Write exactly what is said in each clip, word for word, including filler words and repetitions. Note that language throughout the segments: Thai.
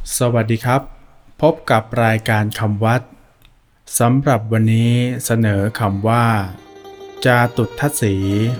สวัสดีครับพบกับรายการคำวัดสำหรับวันนี้เสนอคำว่าจาตุทัสสี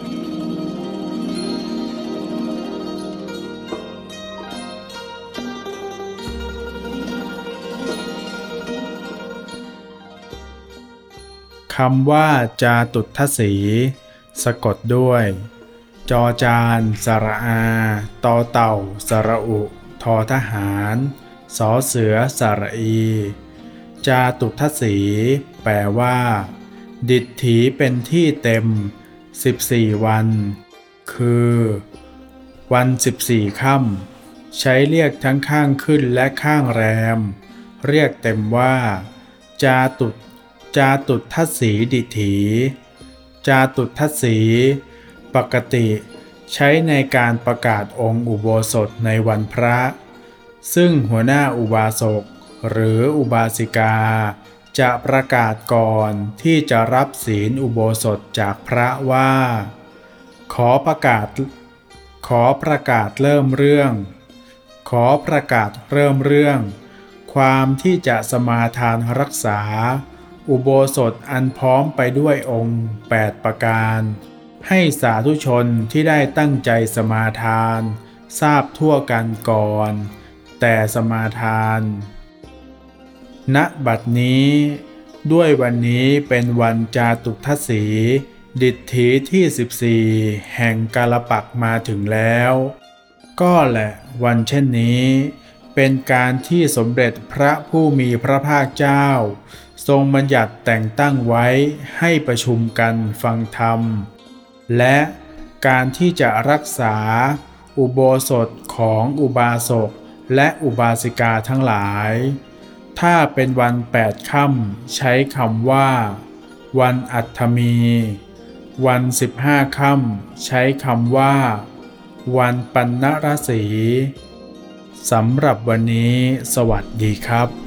คำว่าจาตุทัสสีสะกดด้วยจอจานสระอาตอเต่าสระอุทอทหารสอเสือสระอีจาตุทัสสีแปลว่าดิษฐีเป็นที่เต็มสิบสี่วันคือวันสิบสี่ค่ำใช้เรียกทั้งข้างขึ้นและข้างแรมเรียกเต็มว่าจาตุจาตุทัสสีดิษฐีจาตุทัสสีปกติใช้ในการประกาศองค์อุโบสถในวันพระซึ่งหัวหน้าอุบาสกหรืออุบาสิกาจะประกาศก่อนที่จะรับศีลอุโบสถจากพระว่าขอประกาศขอประกาศเริ่มเรื่องขอประกาศเริ่มเรื่องความที่จะสมาทานรักษาอุโบสถอันพร้อมไปด้วยองค์แปดประการให้สาธุชนที่ได้ตั้งใจสมาทานทราบทั่วกันก่อนแต่สมาทานณบัดนี้ด้วยวันนี้เป็นวันจาตุทัสสีดิษฐีที่สิบสี่แห่งกาลปักษ์มาถึงแล้วก็แหละวันเช่นนี้เป็นการที่สมเด็จพระผู้มีพระภาคเจ้าทรงบัญญัติแต่งตั้งไว้ให้ประชุมกันฟังธรรมและการที่จะรักษาอุโบสถของอุบาสกและอุบาสิกาทั้งหลายถ้าเป็นวันแปดค่ำใช้คำว่าวันอัฏฐมีวันสิบห้าค่ำใช้คำว่าวันปัณณรสีสำหรับวันนี้สวัสดีครับ